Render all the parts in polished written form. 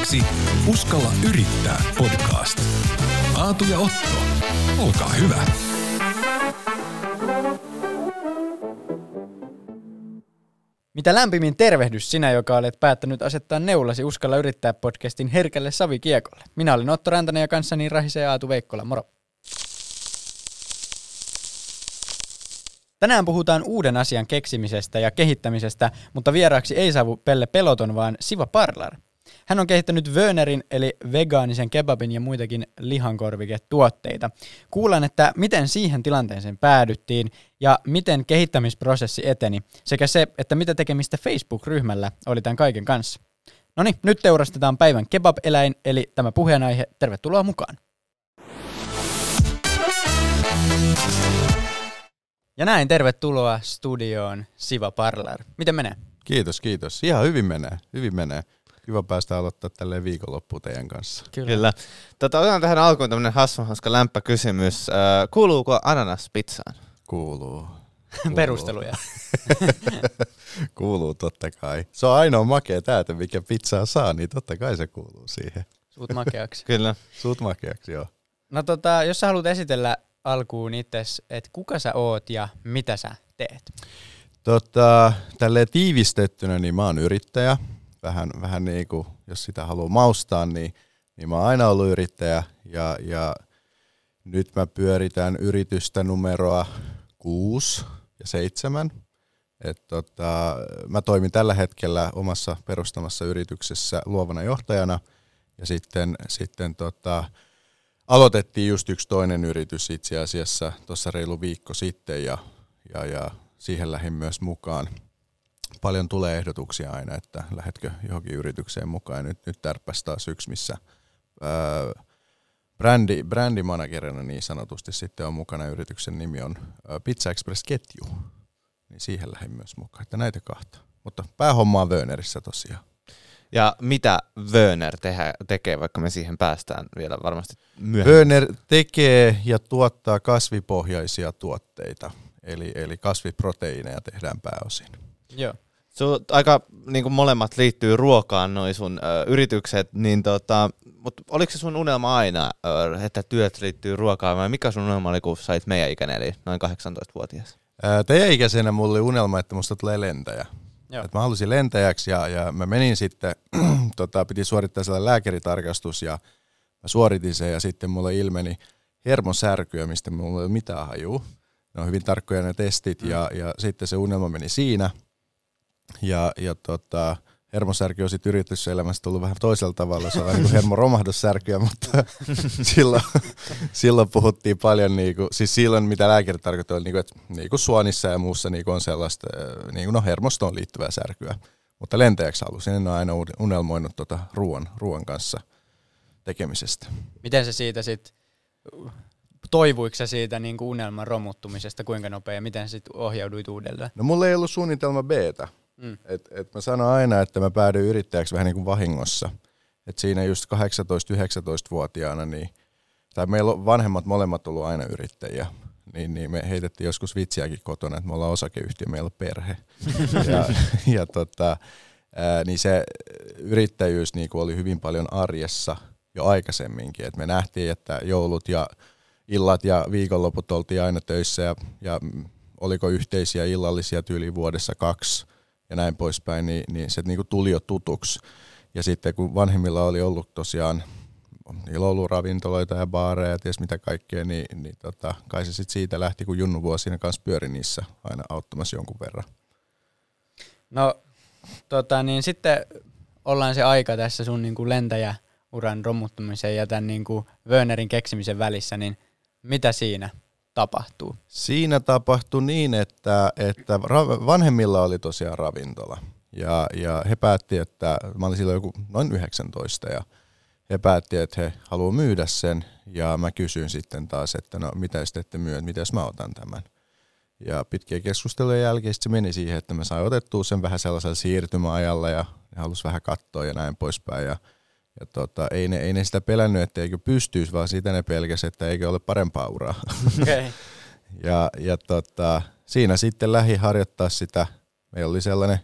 Seuraavaksi Uskalla yrittää podcast. Aatu ja Otto, olkaa hyvä. Mitä lämpimin tervehdys sinä, joka olet päättänyt asettaa neulasi Uskalla yrittää podcastin herkälle savikiekolle. Minä olen Otto Rantanen ja kanssani rahisee Aatu Veikkola. Moro. Tänään puhutaan uuden asian keksimisestä ja kehittämisestä, mutta vieraaksi ei saavu Pelle Peloton, vaan Siva Parlar. Hän on kehittänyt Wönerin eli vegaanisen kebabin ja muitakin lihankorviketuotteita. Kuullaan, että miten siihen tilanteeseen päädyttiin ja miten kehittämisprosessi eteni, sekä se, että mitä tekemistä Facebook-ryhmällä oli tämän kaiken kanssa. Noniin, nyt teurastetaan päivän kebab-eläin, eli tämä puheenaihe. Tervetuloa mukaan. Ja näin, tervetuloa studioon Siva Parlar. Miten menee? Kiitos. Ihan hyvin menee. Kiva päästä aloittaa tälleen viikonloppuun teidän kanssa. Kyllä. Otetaan tähän alkuun tämmönen hauska lämpäkysymys. Kuuluuko ananas pizzaan? Kuuluu. Perusteluja. Kuuluu totta kai. Se on ainoa makea täytä, mikä pizzaa saa, niin totta kai se kuuluu siihen. Suut makeaksi. Kyllä. Suut makeaksi, joo. No jos sä haluat esitellä alkuun itses, että kuka sä oot ja mitä sä teet? Tälleen tiivistettynä, niin mä oon yrittäjä. Vähän niin kuin, jos sitä haluaa maustaa, niin mä oon aina ollut yrittäjä. Ja nyt mä pyöritän yritystä numeroa 6 ja 7. Mä toimin tällä hetkellä omassa perustamassa yrityksessä luovana johtajana. Ja sitten aloitettiin just yksi toinen yritys itse asiassa tuossa reilu viikko sitten ja siihen lähdin myös mukaan. Paljon tulee ehdotuksia aina, että lähdetkö johonkin yritykseen mukaan. Nyt tärppäsi taas yksi, missä brändimanagerina niin sanotusti sitten on mukana. Yrityksen nimi on Pizza Express-ketju. Niin siihen lähdin myös mukaan, että näitä kahta. Mutta päähomma on Wönerissä tosiaan. Ja mitä Wöner tekee, vaikka me siihen päästään vielä varmasti myöhemmin? Wöner tekee ja tuottaa kasvipohjaisia tuotteita, eli kasviproteiineja tehdään pääosin. Joo. Aika niin kuin molemmat liittyy ruokaan, noi sun yritykset, niin mutta oliko se sun unelma aina, että työt liittyy ruokaan, vai mikä sun unelma oli, kun sait meidän ikäinen, eli noin 18-vuotias? Teidän ikäisenä mulla oli unelma, että musta tulee lentäjä. Et mä halusin lentäjäksi ja mä menin sitten, piti suorittaa sellainen lääkäritarkastus ja mä suoritin sen ja sitten mulle ilmeni hermosärkyä, mistä mulla ei ole mitään hajua. Ne on hyvin tarkkoja ne testit ja sitten se unelma meni siinä. Ja hermosärky on sitten yrityselämässä tullut vähän toisella tavalla. Se on vähän niin kuin hermoromahdussärkyä, mutta silloin puhuttiin paljon, siis silloin mitä lääkärit tarkoittaa, että niin suonissa ja muussa on sellaista hermostoon liittyvää särkyä. Mutta lentäjäksi halusin, en ole aina unelmoinut ruoan kanssa tekemisestä. Miten se siitä sitten, toivuiko sä siitä niin kuin unelman romuttumisesta, kuinka nopea ja miten sä sitten ohjauduit uudelleen? No mulla ei ollut suunnitelma B:tä. Et mä sanon aina, että mä päädyin yrittäjäksi vähän niin kuin vahingossa. Et siinä just 18-19-vuotiaana, tai meillä on vanhemmat molemmat ollut aina yrittäjiä, niin me heitettiin joskus vitsiäkin kotona, että me ollaan osakeyhtiö, meillä on perhe. Niin se yrittäjyys niin oli hyvin paljon arjessa jo aikaisemminkin. Et me nähtiin, että joulut ja illat ja viikonloput oltiin aina töissä ja oliko yhteisiä illallisia tyyliin vuodessa 2 ja näin poispäin, niin se niin kuin tuli jo tutuksi. Ja sitten kun vanhemmilla oli ollut tosiaan, niillä on ollut ravintoloita ja baareja ja ties mitä kaikkea, niin kai se sitten siitä lähti, kun junnuvuosina kanssa pyöri niissä aina auttamassa jonkun verran. No niin sitten ollaan se aika tässä sun niin kuin lentäjäuran romuttumisen ja tämän niin kuin Wönerin keksimisen välissä, niin mitä siinä tapahtuu? Siinä tapahtui niin, että vanhemmilla oli tosiaan ravintola ja he päätti, että mä olin silloin joku noin 19 ja he päätti, että he haluaa myydä sen ja mä kysyin sitten taas, että no mitä jos te ette myy, että mitä jos mä otan tämän. Ja pitkien keskustelujen jälkeen se meni siihen, että mä sain otettua sen vähän sellaisella siirtymäajalla ja ne halusi vähän katsoa ja näin poispäin ja ei ne sitä pelännyt, että eikö pystyisi, vaan siitä ne pelkäsi, että eikö ole parempaa uraa. Okay. ja siinä sitten lähi harjoittaa sitä. Meillä oli sellainen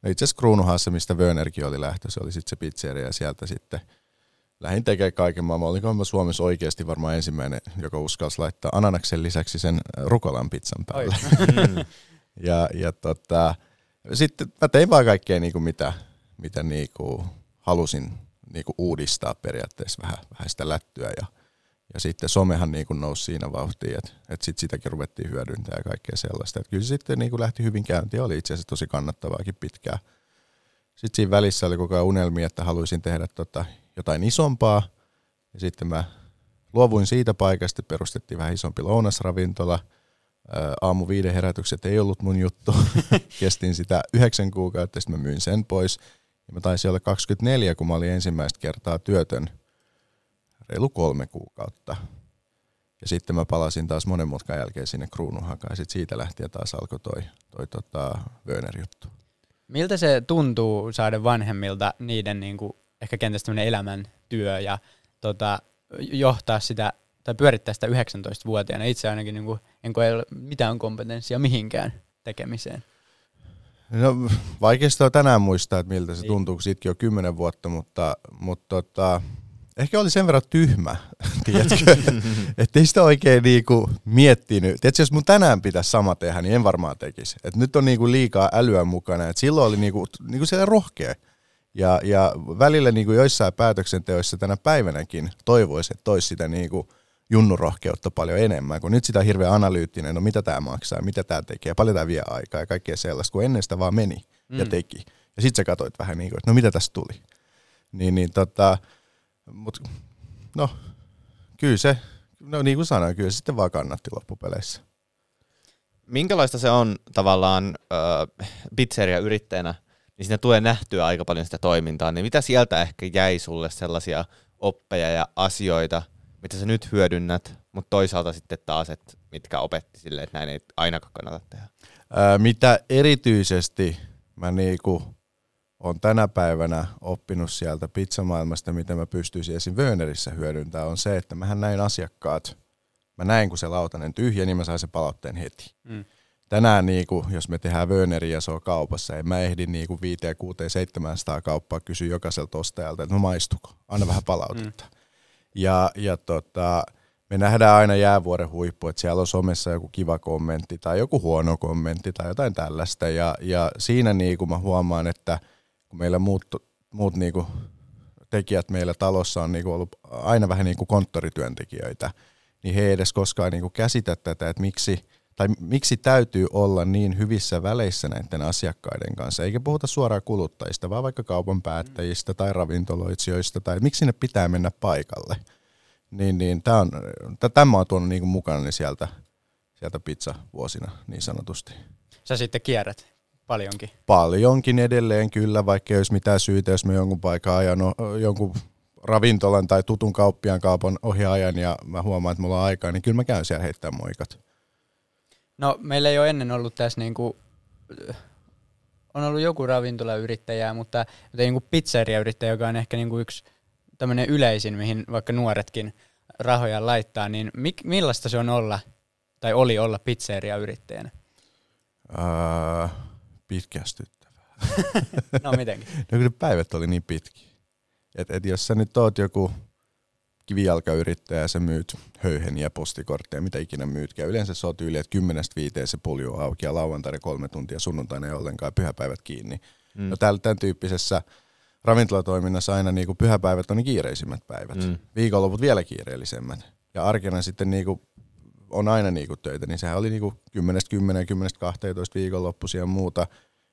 No itse asiassa Kruunuhaassa, mistä Wönerkin oli lähtö, se oli sitten se pizzeria ja sieltä sitten lähdin tekemään kaiken maailman. Olinko mä Suomessa oikeasti varmaan ensimmäinen, joka uskalsi laittaa ananaksen lisäksi sen rukolan pizzan päälle. ja sitten mä tein vaan kaikkea niinku mitä niinku halusin niinku uudistaa periaatteessa vähän sitä lättyä ja sitten somehan niinku nousi siinä vauhtiin, että sitten sitäkin ruvettiin hyödyntämään ja kaikkea sellaista. Et kyllä se sitten niinku lähti hyvin käyntiin ja oli itse asiassa tosi kannattavaakin pitkään. Sitten siinä välissä oli koko ajan unelmia, että haluaisin tehdä jotain isompaa ja sitten mä luovuin siitä paikasta, perustettiin vähän isompi lounasravintola. Aamu 5 herätykset ei ollut mun juttu. Kestin sitä 9 kuukautta, sitten mä myin sen pois. Ja mä taisin olla 24, kun mä olin ensimmäistä kertaa työtön reilu 3 kuukautta. Ja sitten mä palasin taas monen mutkan jälkeen sinne Kruunuhakaan. Ja sitten siitä lähtien taas alkoi toi Wöner-juttu. Miltä se tuntuu saada vanhemmilta niiden niinku, ehkä kenties tämmöinen elämäntyö ja johtaa sitä tai pyörittää sitä 19-vuotiaana. Itse ainakin niin ei ole mitään kompetenssia mihinkään tekemiseen. No vaikeasta on tänään muistaa, että miltä se tuntuu, kun siitäkin on 10 vuotta, mutta ehkä oli sen verran tyhmä, tiedätkö, että ei sitä oikein niinku miettinyt. Tiedätkö, jos mun tänään pitäisi sama tehdä, niin en varmaan tekisi. Et nyt on niinku liikaa älyä mukana, että silloin oli niinku siellä rohkea. Ja välillä niinku joissain päätöksenteoissa tänä päivänäkin toivoisi, että toisi sitä niinku junnurohkeutta paljon enemmän, kun nyt sitä on hirveän analyyttinen, no mitä tämä maksaa, mitä tämä tekee, paljon tämä vie aikaa ja kaikkea sellaista, kun ennen sitä vaan meni ja teki. Ja sit sä katsoit vähän niin kuin, että no mitä tästä tuli. Mut no kyllä se, no niin kuin sanoin, kyllä se sitten vaan kannatti loppupeleissä. Minkälaista se on tavallaan pizzeria-yrittäjänä, niin siinä tulee nähtyä aika paljon sitä toimintaa, niin mitä sieltä ehkä jäi sulle sellaisia oppeja ja asioita, mitä sä nyt hyödynnät, mutta toisaalta sitten taas, että mitkä opetti silleen, että näin ei ainakaan kannata tehdä? Mitä erityisesti mä niinku on tänä päivänä oppinut sieltä pizzamaailmasta, mitä mä pystyisin esim. Wönerissä hyödyntämään, on se, että mähän näin asiakkaat. Mä näin, kun se lautanen tyhjä, niin mä sain sen palautteen heti. Tänään, niinku, jos me tehdään Wöneriä ja se on kaupassa, en mä ehdin niinku 5, 6, 700 kauppaa kysyä jokaiselta ostajalta, että no maistuko, anna vähän palautetta. Ja me nähdään aina jäävuoren huippu, että siellä on somessa joku kiva kommentti tai joku huono kommentti tai jotain tällaista. Ja siinä niinku mä huomaan, että kun meillä muut niinku tekijät meillä talossa on niinku ollut aina vähän niinku konttorityöntekijöitä, niin he ei edes koskaan niinku käsitä tätä, että miksi täytyy olla niin hyvissä väleissä näiden asiakkaiden kanssa. Eikä puhuta suoraan kuluttajista, vaan vaikka kaupan päättäjistä tai ravintoloitsijoista, tai miksi sinne pitää mennä paikalle. Tämä on tuonut niinku mukana sieltä pizzavuosina niin sanotusti. Sä sitten kierrät paljonkin? Paljonkin edelleen kyllä, vaikka ei olisi mitään syytä, jos mä jonkun paikan ajan jonkun ravintolan tai tutun kauppiaan kaupan ohi ajan ja mä huomaan, että mulla on aikaa, niin kyllä mä käyn siellä heittämään moikat. No meillä ei ole ennen ollut tässä niinku, on ollut joku ravintolayrittäjä, mutta niinku pizzeriayrittäjä, joka on ehkä niinku yksi tämmöinen yleisin, mihin vaikka nuoretkin rahoja laittaa, niin millaista se on olla, tai oli olla pizzeriayrittäjänä? Pitkästyttävää. No mitenkin? No kyllä päivät oli niin pitkiä. Et jos sä nyt oot joku kivijalkayrittäjä ja sä myyt höyheniä, postikortteja, mitä ikinä myytkään. Yleensä se on tyyli, että 10-5 se pulju on auki ja lauantaina 3 tuntia, sunnuntaina ei ollenkaan, pyhäpäivät kiinni. No tämän tyyppisessä ravintolatoiminnassa aina niinku pyhäpäivät on ne kiireisimmät päivät. Viikonloput vielä kiireellisemmät. Ja arkena sitten niinku on aina niinku töitä, niin sehän oli niinku 10-10, 10-12 viikonloppuisia ja muuta.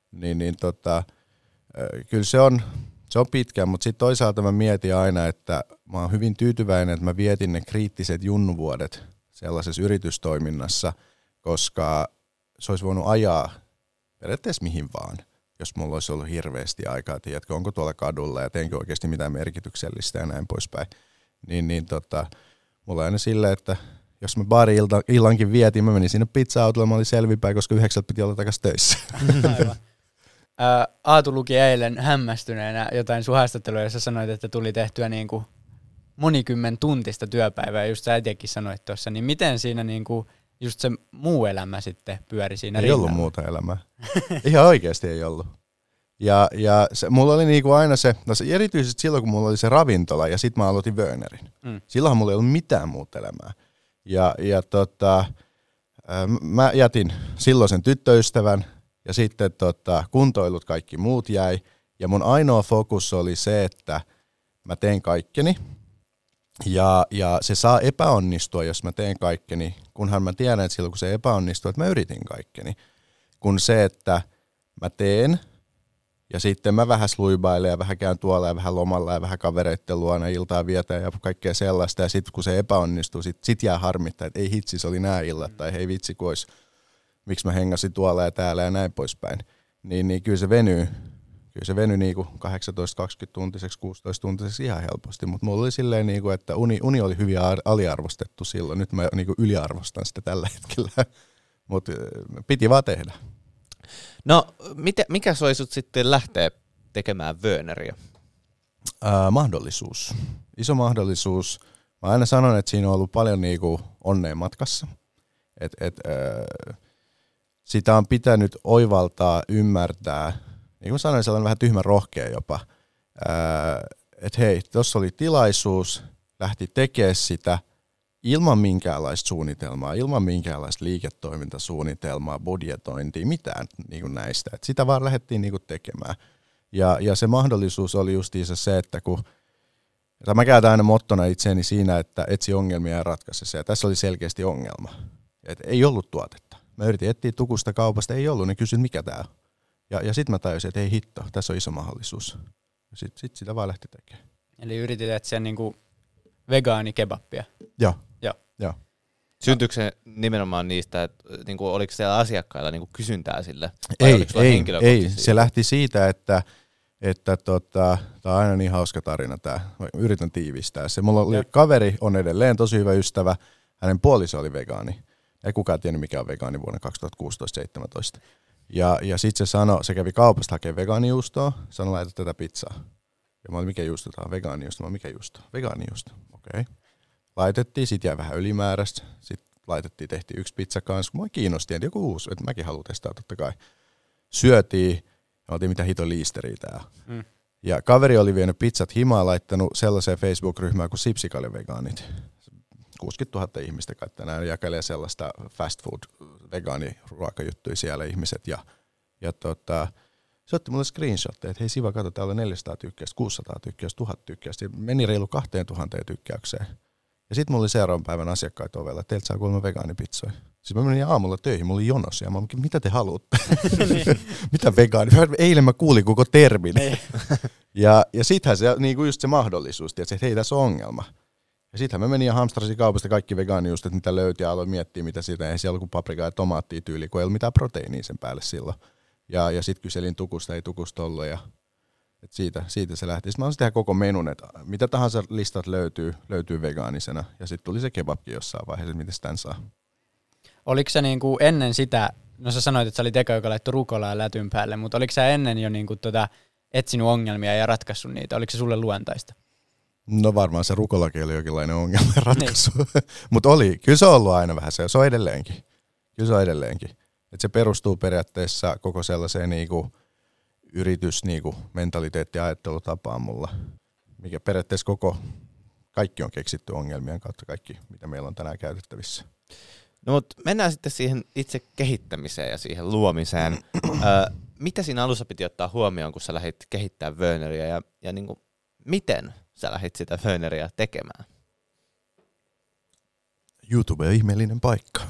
Kyllä se on pitkään, mutta sitten toisaalta mä mietin aina, että mä oon hyvin tyytyväinen, että mä vietin ne kriittiset junnuvuodet sellaisessa yritystoiminnassa, koska se olisi voinut ajaa periaatteessa mihin vaan, jos mulla olisi ollut hirveästi aikaa, tiedätkö, onko tuolla kadulla ja teenkö oikeasti mitään merkityksellistä ja näin poispäin. Mulla on aina silleen, että jos mä baari-illankin vietin, mä menin sinne pizza-autolla, mä olin selvinpäin, koska 9 piti olla takaisin töissä. Aivan. Aatu luki eilen hämmästyneenä jotain sun haastattelua, jossa sanoit, että tuli tehtyä niinku monikymmentuntista työpäivää, just sä itsekin sanoit tuossa, niin miten siinä niinku just se muu elämä sitten pyöri siinä rinnalla? Ei ollut muuta elämää. Ihan oikeasti ei ollut. Ja mulla oli niinku aina se erityisesti silloin, kun mulla oli se ravintola ja sit mä aloitin Wönerin. Silloinhan mulla ei ollut mitään muuta elämää. Ja mä jätin silloisen tyttöystävän ja sitten kuntoilut kaikki muut jäi. Ja mun ainoa fokus oli se, että mä teen kaikkeni. Ja se saa epäonnistua, jos mä teen kaikkeni, kunhan mä tiedän, että silloin kun se epäonnistuu, että mä yritin kaikkeni. Kun se, että mä teen ja sitten mä vähän sluibailen ja vähän käyn tuolla ja vähän lomalla ja vähän kavereitten luona iltaa vietään ja kaikkea sellaista. Ja sitten kun se epäonnistuu, sit jää harmittaa, että ei hitsi, se oli nää illat tai hei vitsi, kun olisi, miksi mä hengasin tuolla ja täällä ja näin poispäin. Niin kyllä se venyy. Kyllä se venyi niinku 18-20 tuntiseksi, 16 tuntiseksi ihan helposti, mutta mulla oli silleen, niinku, että uni oli hyvin aliarvostettu silloin. Nyt mä niinku yliarvostan sitä tällä hetkellä, mutta piti vaan tehdä. No, mikä soi sut sitten lähteä tekemään Wöneriä? Mahdollisuus. Iso mahdollisuus. Mä aina sanon, että siinä on ollut paljon niinku onnea matkassa. Sitä on pitänyt oivaltaa, ymmärtää. Niin kuin sanoin, sellainen vähän tyhmä rohkea jopa, että hei, tuossa oli tilaisuus, lähti tekemään sitä ilman minkäänlaista suunnitelmaa, ilman minkäänlaista liiketoimintasuunnitelmaa, budjetointia, mitään niin kuin näistä. Et sitä vaan lähdettiin niin kuin tekemään. Ja se mahdollisuus oli justiinsa se, että mä käytän aina mottona itseäni siinä, että etsi ongelmia ja ratkaise se. Ja tässä oli selkeästi ongelma. Et ei ollut tuotetta. Mä yritin etsiä tukusta kaupasta, ei ollut, niin kysyin, mikä tää on. Ja sitten mä tajusin, että ei hitto, tässä on iso mahdollisuus. Sitten sitä vaan lähti tekemään. Eli yritit etsiä niinku vegaanikebappia. Joo. Syntyykö se nimenomaan niistä, että niinku, oliko siellä asiakkailla niinku kysyntää sille? Ei. Se lähti siitä, että tämä on aina niin hauska tarina tämä. Yritän tiivistää se. Mulla oli kaveri, on edelleen tosi hyvä ystävä. Hänen puoliso oli vegaani. Ei kukaan tiennyt, mikä on vegaani vuonna 2016-2017. Ja sitten se kävi kaupasta hakemaan vegaanijuustoa, sanoi, laita tätä pizzaa. Ja mä olin, mikä juusto tämä on? Vegaanijuusto. Mä olin, mikä juusto? Vegaanijuusto. Okei. Laitettiin, sit jäi vähän ylimääräistä. Sitten tehtiin yksi pizza kanssa. Mua kiinnosti, että joku uusi, että mäkin haluan testaa totta kai. Syötiin, ja oltiin mitä hito liisteriä tää. Ja kaveri oli vienyt pizzat himaan, laittanut sellaiseen Facebook-ryhmään kuin Sipsikaljavegaanit. 60 000 ihmistä kai tänään jakelee sellaista fast food vegaaniruokajuttuja siellä ihmiset. Ja se otti mulle screenshotteja, että hei Siva, kato, täällä on 400 tykkäystä, 600 tykkäystä, 1000 tykkäystä. Meni reilu 2000 tykkäykseen. Ja sitten mulla oli seuraavan päivän asiakkaita ovella, että teiltä saa 3 vegaanipizzoja. Siis mä menin aamulla töihin, mulla oli jonossa ja mä olin, mitä te haluatte? Mitä vegaani? Eilen mä kuulin koko termin. ja sittenhän se niinku just se mahdollisuus, että hei, tässä on ongelma. Ja sittenhän mä menin ja hamstrasin kaupasta kaikki vegaanijuustot, mitä löytyi, ja aloin miettiä, mitä siitä ei siellä kuin paprikaa ja tomaattia tyyli, kun ei ollut mitään proteiinia sen päälle silloin. Ja sitten kyselin tukusta, ei tukusta ollut, ja siitä se lähti. Sitten mä haluaisin tehdä koko menun, että mitä tahansa listat löytyy vegaanisena, ja sitten tuli se kebabki jossain vaiheessa, miten sitä saa. Oliko se niinku ennen sitä, no sä sanoit, että sä olit eka, joka laittoi rukolaa lätyn päälle, mutta oliko sä ennen jo niinku etsinyt ongelmia ja ratkaissut niitä? Oliko se sulle luontaista? No varmaan se rukolakin oli jonkinlainen ongelma ratkaisu. Mutta kyllä se on ollut aina vähän se on edelleenkin. Kyllä se on edelleenkin. Et se perustuu periaatteessa koko sellaiseen niinku mentaliteetti- ja ajattelutapaan mulla, mikä periaatteessa kaikki on keksitty ongelmien kautta, kaikki mitä meillä on tänään käytettävissä. No mutta mennään sitten siihen itse kehittämiseen ja siihen luomiseen. Mitä siinä alussa piti ottaa huomioon, kun sä lähdit kehittämään Wöneriä ja niinku, miten sä lähdit sitä Wöneriä tekemään? YouTube on ihmeellinen paikka.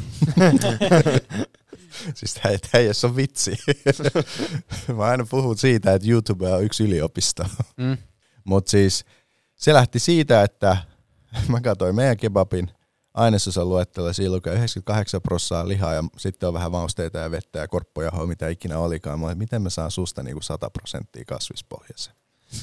Siis tämä ei edes ole vitsi. Mä aina puhun siitä, että YouTube on yksi yliopisto. Mutta siis se lähti siitä, että mä katsoin meidän kebabin ainesosan luettelo, siinä lukee 98% lihaa ja sitten on vähän mausteita ja vettä ja korppojahoa, mitä ikinä olikaan. Mä olin, miten mä saan susta niinku 100% kasvispohjaisen.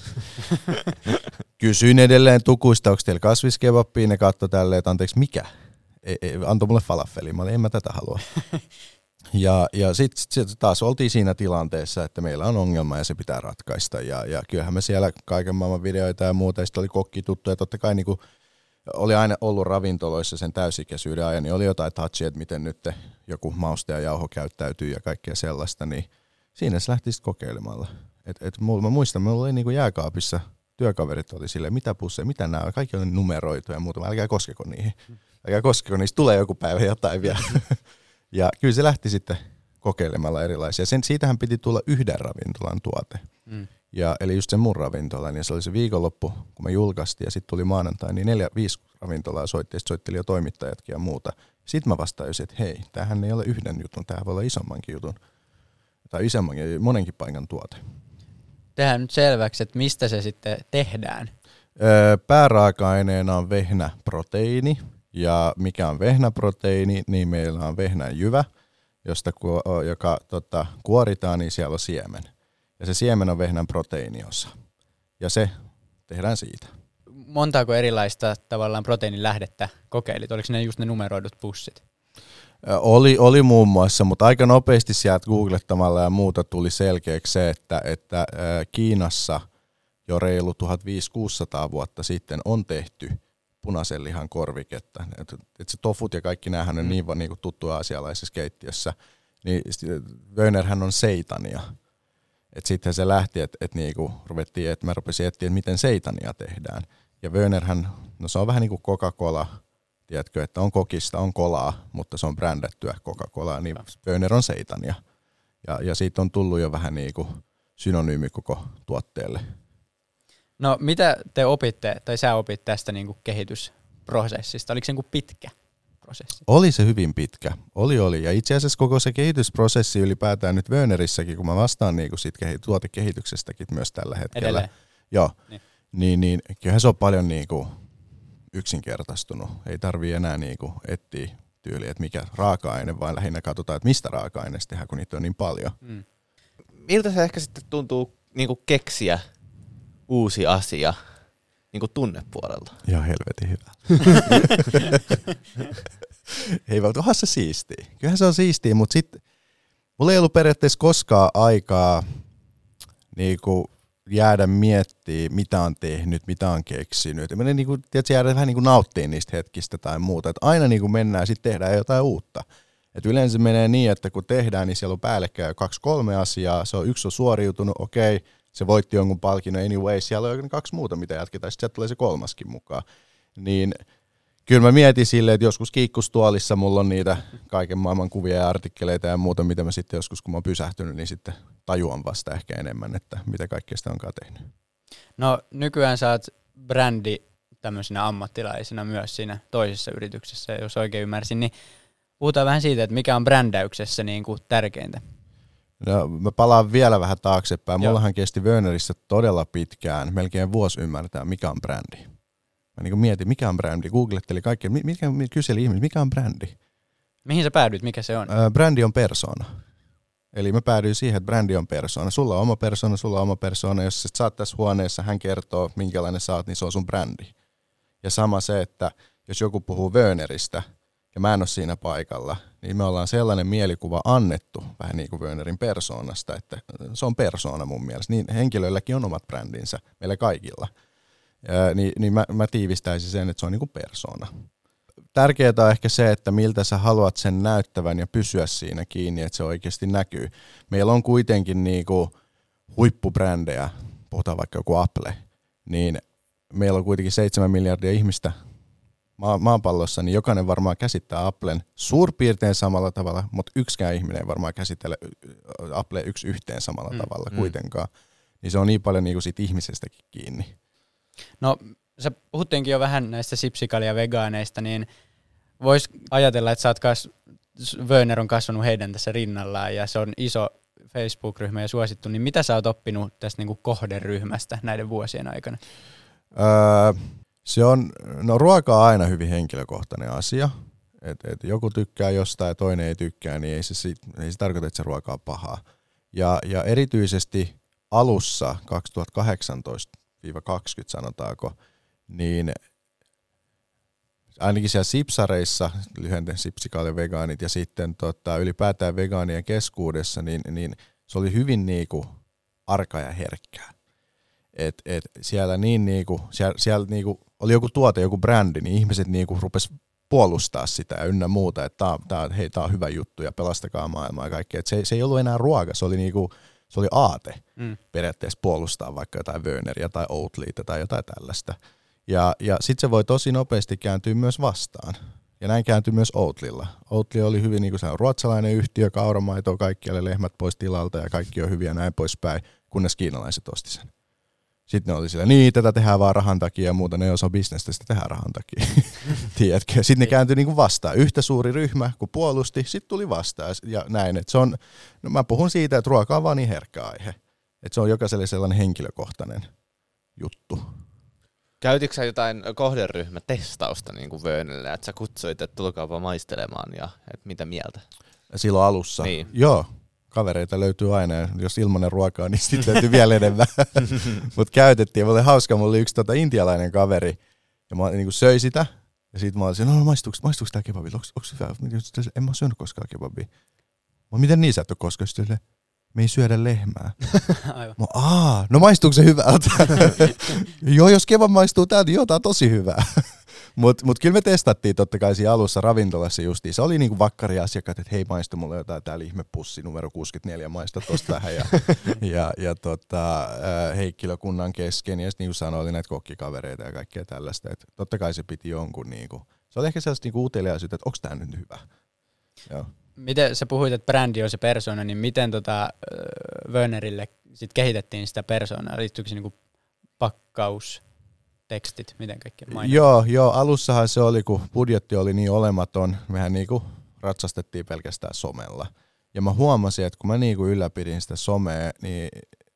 Kysyin edelleen tukuista, onko teillä kasviskebabia, ne katsoi tälleen, että anteeksi mikä? Antoi mulle falafeli, mä olin, en mä tätä halua. Ja sitten taas oltiin siinä tilanteessa, että meillä on ongelma ja se pitää ratkaista. Ja kyllähän me siellä kaiken maailman videoita ja muuta, ja sitten oli kokkituttu, ja totta kai niinku, oli aina ollut ravintoloissa sen täysikäisyyden ajan, niin oli jotain touchia, että miten nyt joku mauste ja jauho käyttäytyy ja kaikkea sellaista, niin siinä se lähti sitten kokeilemalla. Mä muistan, mulla oli niinku jääkaapissa työkaverit oli silleen, mitä pusseja, mitä nämä on, kaikki on numeroitu ja muuta, älkää koskeko niihin. Älkää koskeko, niistä tulee joku päivä jotain vielä. Ja kyllä se lähti sitten kokeilemalla erilaisia. Siitähän piti tulla yhden ravintolan tuote. Eli just sen mun ravintolan, ja se oli se viikonloppu, kun me julkaistiin, ja sitten tuli maanantai, niin 4-5 ravintolaa soitti, ja soitteli jo toimittajatkin ja muuta. Sitten mä vastaisin, että hei, tämähän ei ole yhden jutun, tämä voi olla isommankin jutun, tai isommankin, monenkin paikan tuote. Tehdään nyt selväksi, että mistä se sitten tehdään. Pääraaka-aineena on vehnäproteiini, ja mikä on vehnäproteiini, niin meillä on vehnäjyvä, joka kuoritaan, niin siellä on siemen. Ja se siemen on vehnän proteiiniosa. Ja se tehdään siitä. Montaako erilaista tavallaan proteiinilähdettä kokeilit? Oliko ne just ne numeroidut pussit? Oli muun muassa, mutta aika nopeasti sieltä googlettamalla ja muuta tuli selkeäksi se, että Kiinassa jo reilu 1500 vuotta sitten on tehty punaisen lihan korviketta. Et se tofut ja kaikki näähän on niin kuin tuttu aasialaisessa keittiössä. Niin Wönerhän on seitania. Sitten se lähti, että niinku ruvettiin, että mä rupesin etsiä, että miten seitania tehdään. Ja Wönerhän, no se on vähän niin kuin Coca-Cola, tiedätkö, että on kokista, on kolaa, mutta se on brändättyä Coca-Colaa, niin Wöner on seitania. Ja siitä on tullut jo vähän niin kuin synonyymi koko tuotteelle. No mitä te opitte, tai sä opit tästä niin kuin kehitysprosessista? Oliko se niin kuin pitkä prosessi? Oli se hyvin pitkä. Oli. Ja itse asiassa koko se kehitysprosessi ylipäätään nyt Wönerissäkin, kun mä vastaan niinku siitä tuotekehityksestäkin myös tällä hetkellä. Edelleen. Joo. Niin kyllähän se on paljon niinku yksinkertaistunut. Ei tarvii enää niinku etsiä tyyliä, että mikä raaka-aine, vaan lähinnä katsotaan, että mistä raaka-aineista tehdään, kun niitä on niin paljon. Miltä se ehkä sitten tuntuu niinku keksiä uusi asia niinku tunnepuolelta? Ihan helvetin hyvä. Ei vaan, onhan se siistiä. Kyllähän se on siistiä, mutta sitten mulla ei ollut periaatteessa koskaan aikaa niinku jäädä miettimään, mitä on tehnyt, mitä on keksinyt. Ja niinku, tiedätkö, jäädä vähän niinku nauttimaan niistä hetkistä tai muuta. Et aina niinku mennään ja sitten tehdään jotain uutta. Et yleensä menee niin, että kun tehdään, niin siellä on päällekkäin 2-3 asiaa. Yksi on suoriutunut, okei. Se voitti jonkun palkinnon anyway, siellä on 2 muuta, mitä jatketaan, sitten sieltä tulee se 3. mukaan. Niin kyllä mä mietin silleen, että joskus kiikkustuolissa mulla on niitä kaiken maailman kuvia ja artikkeleita ja muuta, mitä mä sitten joskus, kun mä oon pysähtynyt, niin sitten tajuan vasta ehkä enemmän, että mitä kaikkea sitä onkaan tehnyt. No nykyään sä oot brändi tämmöisenä ammattilaisena myös siinä toisessa yrityksessä, jos oikein ymmärsin, niin puhutaan vähän siitä, että mikä on brändäyksessä niin kuin tärkeintä. No, mä palaan vielä vähän taaksepäin. Mullahan kesti Wönerissä todella pitkään, melkein vuosi ymmärtää, mikä on brändi. Mä niin mietin, mikä on brändi, googlettelin kaikkea, kyseli ihmisiä, mikä on brändi. Mihin sä päädyit, mikä se on? Brändi on persona. Eli mä päädyin siihen, että brändi on persona. Sulla on oma persona. Jos sä saat tässä huoneessa, hän kertoo, minkälainen sä oot, niin se on sun brändi. Ja sama se, että jos joku puhuu Wöneristä, ja mä en ole siinä paikalla, niin me ollaan sellainen mielikuva annettu vähän niin kuin Wönerin persoonasta, että se on persoona mun mielestä. Niin henkilöilläkin on omat brändinsä, meillä kaikilla. Niin mä tiivistäisin sen, että se on niin kuin persoona. Tärkeää on ehkä se, että miltä sä haluat sen näyttävän ja pysyä siinä kiinni, että se oikeasti näkyy. Meillä on kuitenkin niin kuin huippubrändejä, puhutaan vaikka joku Apple, niin meillä on kuitenkin 7 miljardia ihmistä maapallossa, niin jokainen varmaan käsittää Applen suurpiirtein samalla tavalla, mutta yksikään ihminen ei varmaan käsitellä Apple yhteen samalla tavalla kuitenkaan. Niin se on niin paljon niin kuin siitä ihmisestäkin kiinni. No, sä puhuttiinkin jo vähän näistä sipsikalia-vegaaneista, niin vois ajatella, että Wöner on kasvanut heidän tässä rinnallaan ja se on iso Facebook-ryhmä ja suosittu, niin mitä sä oot oppinut tästä niin kuin kohderyhmästä näiden vuosien aikana? Se on, ruoka on aina hyvin henkilökohtainen asia. Et joku tykkää jostain ja toinen ei tykkää, niin ei se tarkoita, että se ruoka on pahaa. Ja erityisesti alussa 2018-2020 sanotaanko, niin ainakin siellä sipsareissa, lyhenten sipsikaali vegaanit ja sitten ylipäätään vegaanien keskuudessa, niin se oli hyvin niinku arka ja herkkää. Et siellä oli joku tuote, joku brändi, niin ihmiset niinku rupes puolustaa sitä ja ynnä muuta, että tää on hyvä juttu ja pelastakaa maailmaa ja kaikkea. Se ei ollut enää ruoka, se oli niinku se oli aate periaatteessa puolustaa vaikka jotain Werneriä tai Oatlyta tai jotain tällaista. Ja sitten se voi tosi nopeasti kääntyä myös vastaan. Ja näin kääntyi myös Oatlylla. Oatly oli hyvin niin kuin se on ruotsalainen yhtiö, kauramaitoa kaikkialle, lehmät pois tilalta ja kaikki on hyviä näin poispäin, kunnes kiinalaiset osti sen. Sitten ne oli sillä, niin tätä tehdään vaan rahan takia ja muuta, ne jos on bisnestä, sitä tehdään rahan takia. Tiedätkö? Sitten ne kääntyi niin kuin vastaan. Yhtä suuri ryhmä, kun puolusti, sitten tuli vastaan ja näin. Et se on, no mä puhun siitä, että ruoka on vaan niin herkkä aihe. Että se on jokaiselle sellainen henkilökohtainen juttu. Käytitkö sä jotain kohderyhmätestausta niin kuin Wernille, että sä kutsuit, että tulkaapa maistelemaan ja että mitä mieltä? Silloin alussa? Niin. Joo, kavereita löytyy aina. Jos ilmanen ruokaa, niin sitten löytyy vielä enemmän. Mutta käytettiin. Mulla oli hauska, mulla oli yksi intialainen kaveri ja mä niin kuin söin sitä. Ja sitten mä olin, no maistuuko tää kebabi? Onko hyvä? En mä syönyt koskaan kebabia. Miten niin sä et ole koskaan syönyt? Me ei syödä lehmää. Aivan. No maistuuko se hyvältä? Joo, jos kebab maistuu täältä, joo, tää on tosi hyvää. Mut kyllä me testattiin totta kai siinä alussa ravintolassa justiin. Se oli niinku vakkaria asiakkaat, että hei, maistu mulle jotain täällä ihmepussi numero 64, maista tosta vähän. Ja henkilökunnan kesken. Ja sitten niin kuin sanoin, oli näitä kokkikavereita ja kaikkea tällaista. Et totta kai se piti jonkun niinku. Se oli ehkä sellaista niinku uteliaisuutta, että onko tää nyt hyvä. Joo. Miten sä puhuit, että brändi on se persona, niin miten Wernerille sit kehitettiin sitä persoonaa? Liittyykö se niinku pakkaus, tekstit, miten kaikki mainittiin? Joo, alussahan se oli, kun budjetti oli niin olematon, mehän niinku ratsastettiin pelkästään somella. Ja mä huomasin, että kun mä niinku ylläpidin sitä somea, niin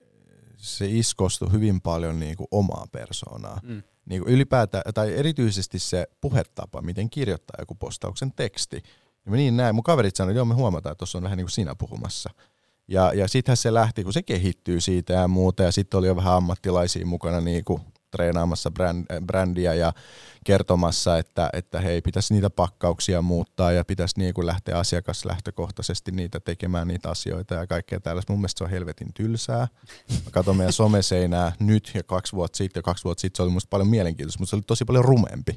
se iskostui hyvin paljon niinku omaa persoonaa. Niinku ylipäätään, tai erityisesti se puhetapa, miten kirjoittaa joku postauksen teksti. Ja niin näin. Mun kaverit sanoivat, että joo, me huomataan, että tuossa on vähän niin kuin sinä puhumassa. Ja sittenhän se lähti, kun se kehittyy siitä ja muuta. Ja sitten oli jo vähän ammattilaisia mukana niin kuin treenaamassa brändiä ja kertomassa, että hei, pitäisi niitä pakkauksia muuttaa ja pitäisi niin kuin lähteä asiakaslähtökohtaisesti niitä tekemään niitä asioita ja kaikkea tällaista. Mun mielestä se on helvetin tylsää. Mä katson meidän someseinää nyt ja 2 vuotta sitten se oli musta paljon mielenkiintoista, mutta se oli tosi paljon rumempi.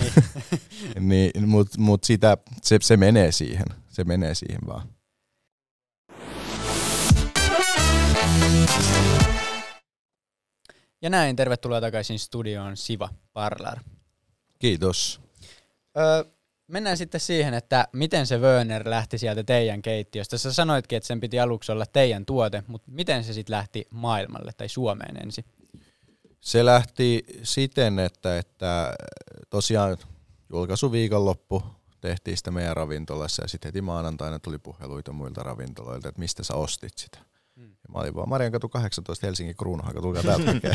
Mutta se menee siihen. Se menee siihen vaan. Ja näin, tervetuloa takaisin studioon Siva Parlar. Kiitos. Mennään sitten siihen, että miten se Werner lähti sieltä teidän keittiöstä. Sä sanoitkin, että sen piti aluksi olla teidän tuote, mutta miten se sitten lähti maailmalle tai Suomeen ensin? Se lähti siten, että tosiaan julkaisuviikonloppu tehtiin sitä meidän ravintolassa ja sitten heti maanantaina tuli puheluita muilta ravintoloilta, että mistä sä ostit sitä. Ja mä olin vaan Mariankatu 18 Helsingin Kruunuhaka, tulkaa täältä tekee.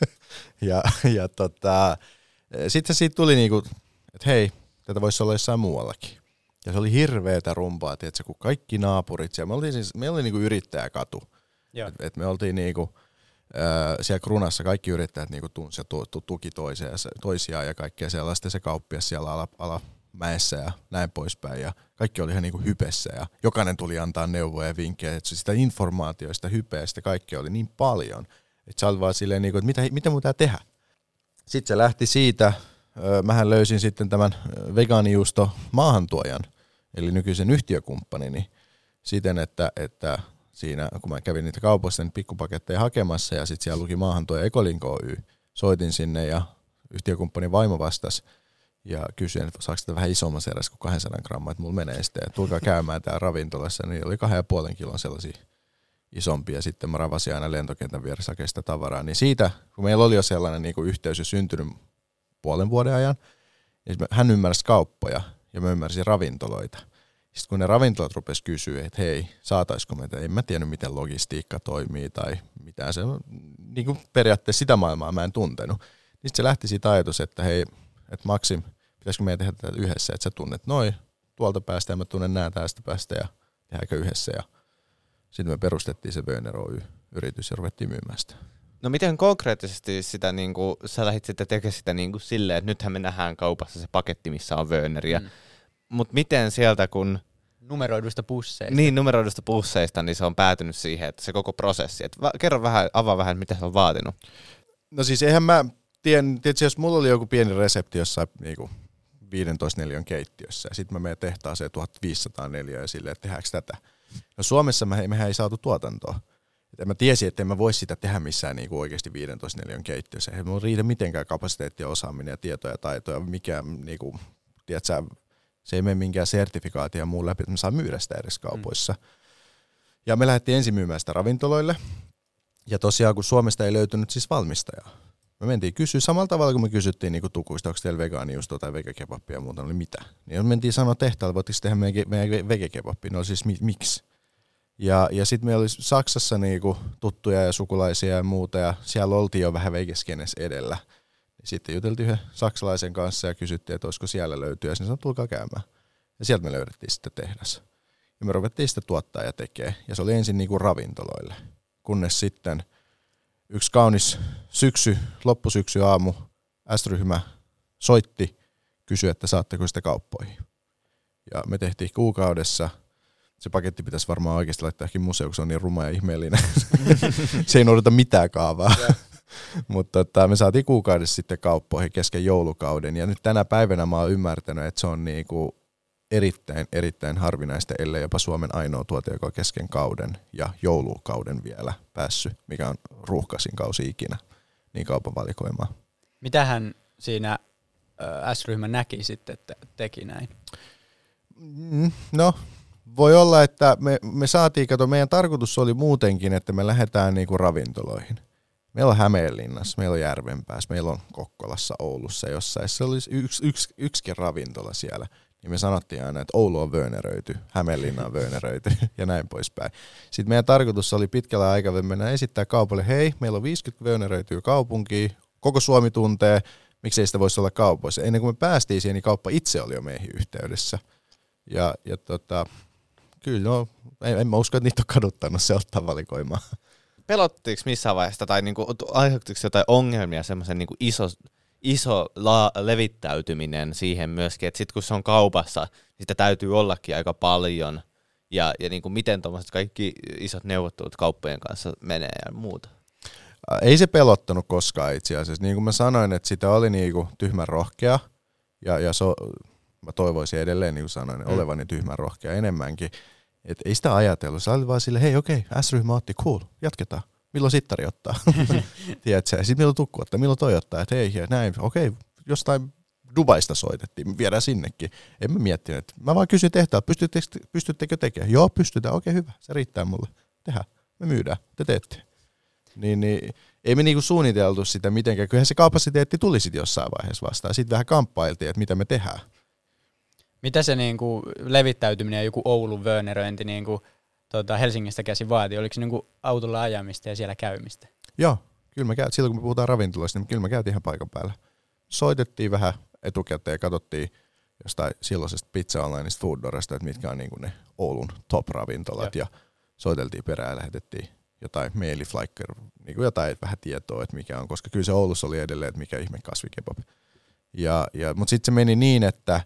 Sitten siitä tuli niinku, että hei, tätä voisi olla jossain muuallakin. Ja se oli hirveetä rumpaa, tietsä, kun kaikki naapurit siellä. Meillä oli niinku yrittäjäkatu. Et me oltiin niinku, siellä Krunassa kaikki yrittäjät niinku tunsi ja tuki toisiaan ja kaikkea sellaista. Se kauppias siellä alamäessä ja näin poispäin. Ja kaikki oli ihan niinku hypessä ja jokainen tuli antaa neuvoja ja vinkkejä. Et sitä informaatioista, hypeästä, kaikkea oli niin paljon. Että sä olit vaan silleen, niinku, että mitä mun pitää tehdä. Sitten se lähti siitä. Mähän löysin sitten tämän vegaanijuusto maahantuojan, eli nykyisen yhtiökumppanini, siten, että siinä, kun mä kävin niitä kaupassa, niin pikkupaketteja hakemassa, ja sitten siellä luki maahantuoja Ekolink Oy. Soitin sinne, ja yhtiökumppanin vaimo vastasi, ja kysyin, että saako sitä vähän isommassa erässä kuin 200 grammaa, että mulla menee sitten, että tulkaa käymään täällä ravintolassa, niin oli 2,5 kilon sellaisia isompia, sitten mä ravasin aina lentokentän vieressä hakeista tavaraa, niin siitä, kun meillä oli jo sellainen niin kuin yhteys jo syntynyt 0,5 vuoden ajan, niin hän ymmärsi kauppoja ja mä ymmärsin ravintoloita. Sitten kun ne ravintolat rupesi kysyä, että hei, saataisiko me, en mä tiennyt miten logistiikka toimii tai mitään se on, niin kuin periaatteessa sitä maailmaa mä en tuntenut. Niin sitten se lähti siitä ajatus, että hei, että Maksim, pitäisikö meidän tehdä tätä yhdessä, että sä tunnet noin tuolta päästä ja mä tunnen nää tästä päästä ja tehdäänkö yhdessä. Ja sitten me perustettiin se Werner Oy-yritys ja ruvettiin myymään sitä. No miten konkreettisesti sitä, niin kuin, sä lähdit sitten tekemään sitä niin kuin silleen, että nythän me nähdään kaupassa se paketti, missä on Werneriä. Mutta miten sieltä, kun numeroidusta pusseista. Niin, numeroidusta pusseista, niin se on päätynyt siihen, että se koko prosessi. Kerro vähän, avaa vähän, mitä se on vaatinut. No siis eihän mä tietysti jos mulla oli joku pieni resepti jossain niinku 15 neliön keittiössä, ja sitten mä menen tehtaaseen 1504 ja silleen, että tehdäänkö tätä. No Suomessa mehän ei saatu tuotantoa. mä tiesin, että en mä voi sitä tehdä missään niinku oikeasti 15 neliön keittiössä. Ei mulla riitä mitenkään kapasiteettia, osaaminen ja tietoja ja taitoja, mikä niinku, tiedätkö, se ei mene minkään sertifikaatia ja muun läpi, että mä saan myydä sitä edes kaupoissa. Ja me lähdettiin ensin myymään sitä ravintoloille. Ja tosiaan, kun Suomesta ei löytynyt siis valmistajaa. Me mentiin kysyä samalla tavalla, kun me kysyttiin niinku tukuista, onko teillä vegaanijuustoa tai vegekebappia ja muuta, oli mitä. Niin me mentiin sanoa tehtaalle, voitteko tehdä meidän vegekebappia, no siis miksi? Ja sitten meillä oli Saksassa niinku tuttuja ja sukulaisia ja muuta, ja siellä oltiin jo vähän vegeskenes edellä. Sitten juteltiin yhden saksalaisen kanssa ja kysyttiin, että olisiko siellä löytyä, ja sinne sanoi, tulkaa käymään. Ja sieltä me löydettiin sitten tehdas. Ja me ruvettiin sitä tuottaa ja tekee, ja se oli ensin niinku ravintoloille. Kunnes sitten yksi kaunis loppusyksy aamu, S-ryhmä soitti, kysyi, että saatteko sitä kauppoihin. Ja me tehtiin kuukaudessa. Se paketti pitäisi varmaan oikeasti laittaa ehkä museoon, kun se on niin ruma ja ihmeellinen. Se ei noudata mitään kaavaa. Mutta me saatiin kuukaudessa sitten kauppoihin kesken joulukauden. Ja nyt tänä päivänä mä oon ymmärtänyt, että se on niinku erittäin harvinaista, ellei jopa Suomen ainoa tuote, joka on kesken kauden ja joulukauden vielä päässyt, mikä on ruuhkaisin kausi ikinä, niin kaupan valikoimaan. Mitähän siinä S-ryhmä näki sitten, että teki näin? No, voi olla, että me saatiin, meidän tarkoitus oli muutenkin, että me lähdetään niinku ravintoloihin. Meillä on Hämeenlinnassa, meillä on Järvenpäässä, meillä on Kokkolassa, Oulussa jossain. Se oli yksikin ravintola siellä. Niin me sanottiin aina, että Oulu on vööneröity, Hämeenlinna on vööneröity ja näin poispäin. Sitten meidän tarkoitus oli pitkällä aikavälillä mennä esittää kaupalle, hei, meillä on 50 vööneröityä kaupunkia, koko Suomi tuntee, miksei sitä voisi olla kaupoissa. Ennen kuin me päästiin siihen, niin kauppa itse oli jo meihin yhteydessä. Ja kyllä, no, en mä usko, että niitä on kaduttanut se ottaa valikoimaan. Pelottiinko missään vaiheessa tai niinku, aiheuttiko jotain ongelmia semmoisen niinku iso levittäytyminen siihen myöskin, että sitten kun se on kaupassa, niin sitä täytyy ollakin aika paljon. Ja niinku miten tuommoiset kaikki isot neuvottelut kauppojen kanssa menee ja muuta? Ei se pelottanut koskaan itse asiassa. Niin kuin mä sanoin, että sitä oli niinku tyhmän rohkea. Ja mä toivoisin edelleen, niin kuin sanoin, olevani tyhmän rohkea enemmänkin. Että ei sitä ajatellut. Se oli vaan silleen, hei okei, S-ryhmä otti, cool, jatketaan. Milloin sittari ottaa? Tiedätkö? Ja sitten milloin tukku ottaa, milloin toi ottaa. Että hei, näin, okei, jostain Dubaista soitettiin, viedään sinnekin. En mä miettinyt, että mä vaan kysyin tehtaalta, pystyttekö tekemään? Joo, pystytään, okei, hyvä, se riittää mulle. Tehdään, me myydään, te teette. Niin, ei me niinku suunniteltu sitä mitenkään. Kyllähän se kapasiteetti tuli sitten jossain vaiheessa vastaan. Sitten vähän kamppailtiin, että mitä me tehdään. Mitä se niinku levittäytyminen ja joku Oulun vööneröinti niinku, Helsingistä käsin vaati? Oliko se niinku autolla ajamista ja siellä käymistä? Joo, kyllä silloin kun me puhutaan ravintoloista, niin kyllä me käytiin ihan paikan päällä. Soitettiin vähän etukäteen ja katsottiin jostain silloisesta Pizza Onlineista Fooddorasta, että mitkä on niinku ne Oulun top-ravintolat. Ja soiteltiin perään ja lähetettiin jotain mailifliker, niinku jotain vähän tietoa, että mikä on, koska kyllä se Oulussa oli edelleen, että mikä ihme kasvikebab. Mutta sitten se meni niin, että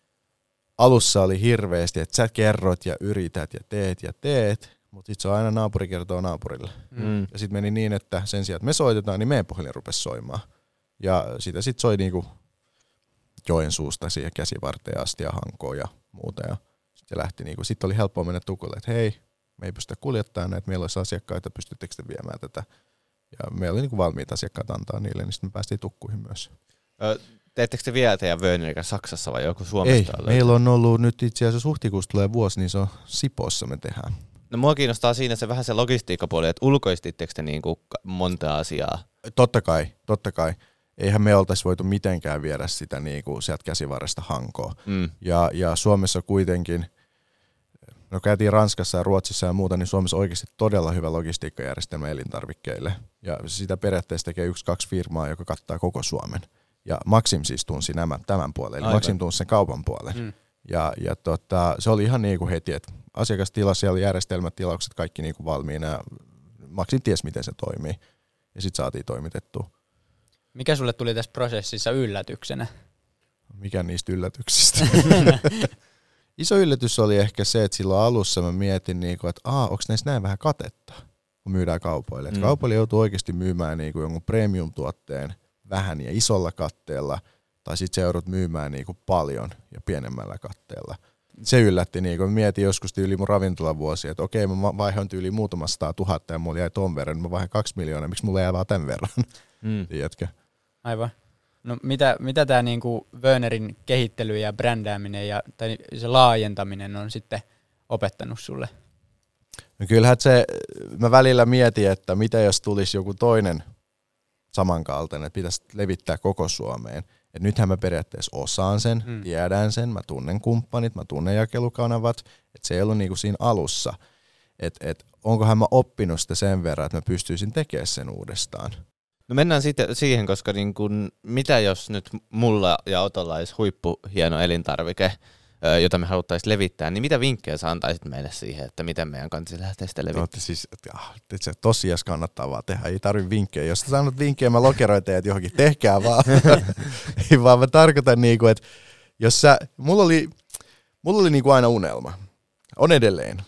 alussa oli hirveästi, että sä kerrot ja yrität ja teet, mutta sitten se on aina naapuri kertoo naapurille. Ja sitten meni niin, että sen sijaan, että me soitetaan, niin meidän puhelin rupesi soimaan. Ja sitä sitten soi niinku Joensuusta siihen Käsivarteen asti ja Hankoon ja muuta. Ja sitten lähti niinku, sitten oli helppoa mennä tukulle, että hei, me ei pystytä kuljettamaan näitä, meillä olisi asiakkaita, pystyttekö te viemään tätä. Ja meillä oli niinku valmiita asiakkaita antaa niille, niin sitten me päästiin tukkuihin myös. Teettekö te vielä teidän vöönerikä Saksassa vai joku Suomesta? Ei, meillä on ollut nyt itse asiassa huhtikuussa tulee vuosi, niin se on Sipoossa me tehdään. No mua kiinnostaa siinä se vähän se logistiikkapuoli, että ulkoistitteko te niinku monta asiaa? Totta kai. Eihän me oltaisi voitu mitenkään viedä sitä niinku sieltä Käsivarresta Hankoon. Ja Suomessa kuitenkin, no käytiin Ranskassa ja Ruotsissa ja muuta, niin Suomessa on oikeasti todella hyvä logistiikkajärjestelmä elintarvikkeille. Ja sitä periaatteessa tekee 1-2 firmaa, joka kattaa koko Suomen. Ja Maxim siis tunsi tämän puolen, eli Maxim tunsi sen kaupan puolen. Ja se oli ihan niinku heti, että asiakas tilasi, siellä oli järjestelmät, tilaukset, kaikki niinku valmiina. Ja Maxim tiesi, miten se toimii. Ja sitten saatiin toimitettua. Mikä sulle tuli tässä prosessissa yllätyksenä? Mikä niistä yllätyksistä? Iso yllätys oli ehkä se, että silloin alussa mä mietin, että onko näissä näin vähän katetta, kun myydään kaupoille. Kaupoille joutuu oikeasti myymään jonkun premium-tuotteen vähän ja isolla katteella, tai sitten sä joudut myymään paljon ja pienemmällä katteella. se yllätti, niin kun mietin joskus tyyli mun ravintolavuosia, että okei, mä vaihoin tyyli muutama 100 000 ja mulla jäi ton verran, mä vaihoin 2 miljoonaa, miksi mulla jäi vaan tämän verran, tiedätkö? Aivan. No mitä tää niinku Werners kehittely ja brändääminen ja tai se laajentaminen on sitten opettanut sulle? No kyllähän mä välillä mietin, että mitä jos tulisi joku toinen samankaltainen, että pitäisi levittää koko Suomeen. Et nythän mä periaatteessa osaan sen, tiedän sen, mä tunnen kumppanit, mä tunnen jakelukanavat, että se ei ollut niinku siinä alussa. Et onkohan mä oppinut sitä sen verran, että mä pystyisin tekemään sen uudestaan. No mennään sitten siihen, koska niin kun, mitä jos nyt mulla ja Otolla olisi huippuhieno elintarvike, jota me haluttaisiin levittää, niin mitä vinkkejä sä antaisit meille siihen, että miten meidän kannattaisi lähteä sitä levittämään? Siis, se tosiaan kannattaa vaan tehdä, ei tarvitse vinkkejä. Jos sä sanot vinkkejä, mä lokeroin teidät johonkin, tehkää vaan. Ei vaan, mä tarkoitan niinku, että jos mulla oli niinku aina unelma, on edelleen.